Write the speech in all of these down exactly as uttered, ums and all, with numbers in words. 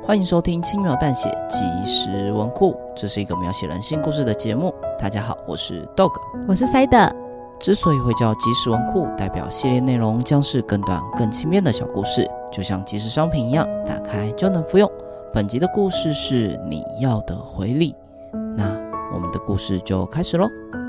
欢迎收听轻描淡写即时文库，这是一个描写人性故事的节目。大家好，我是 Dog， 我是 Side。 之所以会叫即时文库，代表系列内容将是更短更轻便的小故事，就像即时商品一样，打开就能服用。本集的故事是你要的回礼，那我们的故事就开始咯。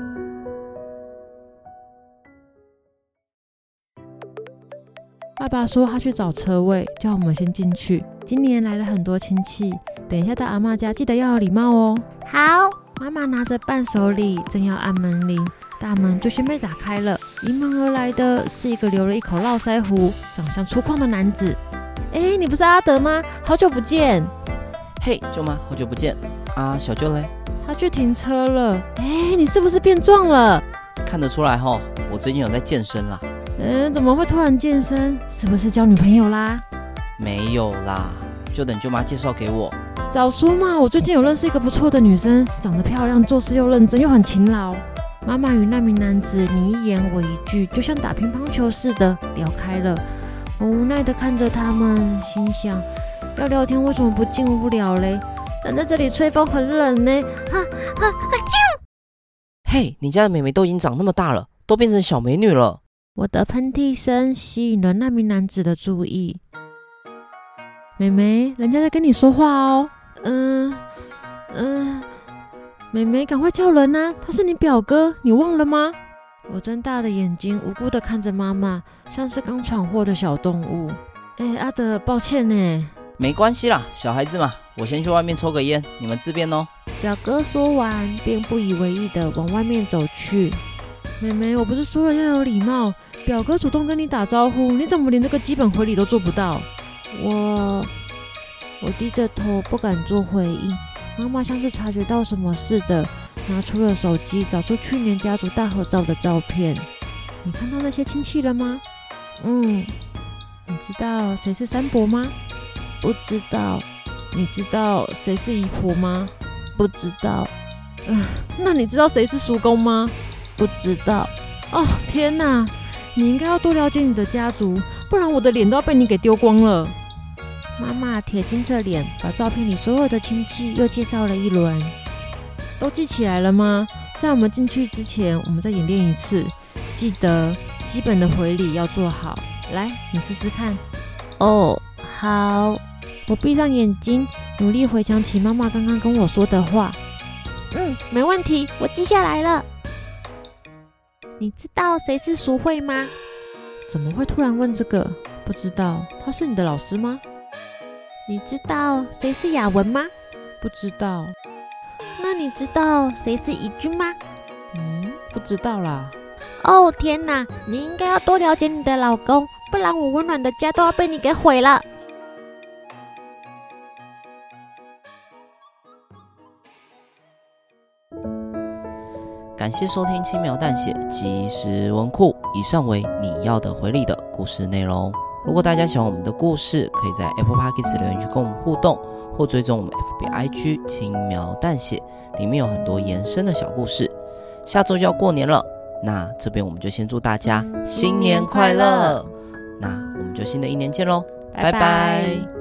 爸爸说他去找车位，叫我们先进去。今年来了很多亲戚，等一下到阿嬷家记得要有礼貌哦。 好。 妈妈拿着伴手礼，正要按门铃，大门就先被打开了。迎门而来的是一个留了一口络腮胡、长相粗犷的男子。哎，你不是阿德吗？好久不见。 嘿，舅妈，好久不见啊！小舅嘞？ 他去停车了。哎，你是不是变壮了？ 看得出来吼，我最近有在健身啦。 嗯，怎么会突然健身？是不是交女朋友啦？ 没有啦，就等舅妈介绍给我。 早说嘛，我最近有认识一个不错的女生，长得漂亮，做事又认真，又很勤劳。妈妈与那名男子你一言我一句，就像打乒乓球似的聊开了。我无奈地看着他们，心想要聊天为什么不进屋聊嘞？站在这里吹风很冷呢。哈哈哈！ 嘿，你家的妹妹都已经长那么大了，都变成小美女了。 我的喷嚏声吸引了那名男子的注意。妹妹，人家在跟你说话哦。嗯嗯，妹妹，赶快叫人啊！他是你表哥，你忘了吗？我睁大的眼睛无辜地看着妈妈，像是刚闯祸的小动物。哎，阿德，抱歉呢。 没关系啦，小孩子嘛，我先去外面抽个烟，你们自便哦。 表哥说完，便不以为意地往外面走去。妹妹，我不是说了要有礼貌？表哥主动跟你打招呼，你怎么连这个基本回礼都做不到？我我低着头不敢做回应。妈妈像是察觉到什么似的，拿出了手机，找出去年家族大合照的照片。你看到那些亲戚了吗？嗯。你知道谁是三伯吗？不知道。你知道谁是姨婆吗？不知道。呃、那你知道谁是叔公吗？不知道。哦，天哪！你应该要多了解你的家族，不然我的脸都要被你给丢光了。妈妈铁青着脸，把照片里所有的亲戚又介绍了一轮。都记起来了吗？在我们进去之前，我们再演练一次。记得基本的回礼要做好。来，你试试看。哦，好。我闭上眼睛，努力回想起妈妈刚刚跟我说的话。嗯，没问题，我记下来了。你知道谁是淑慧吗？怎么会突然问这个？不知道，他是你的老师吗？你知道谁是雅文吗？不知道。那你知道谁是怡君吗？嗯，不知道啦。哦，天哪，你应该要多了解你的老公，不然我温暖的家都要被你给毁了。 感谢收听轻描淡写即时文库，以上为你要的回礼的故事内容。如果大家喜欢我们的故事，可以在 Apple Podcast 留言区跟我们互动，或追踪我们 F B I G 轻描淡写，里面有很多延伸的小故事。下周就要过年了，那这边我们就先祝大家新年快乐，那我们就新的一年见咯，拜拜。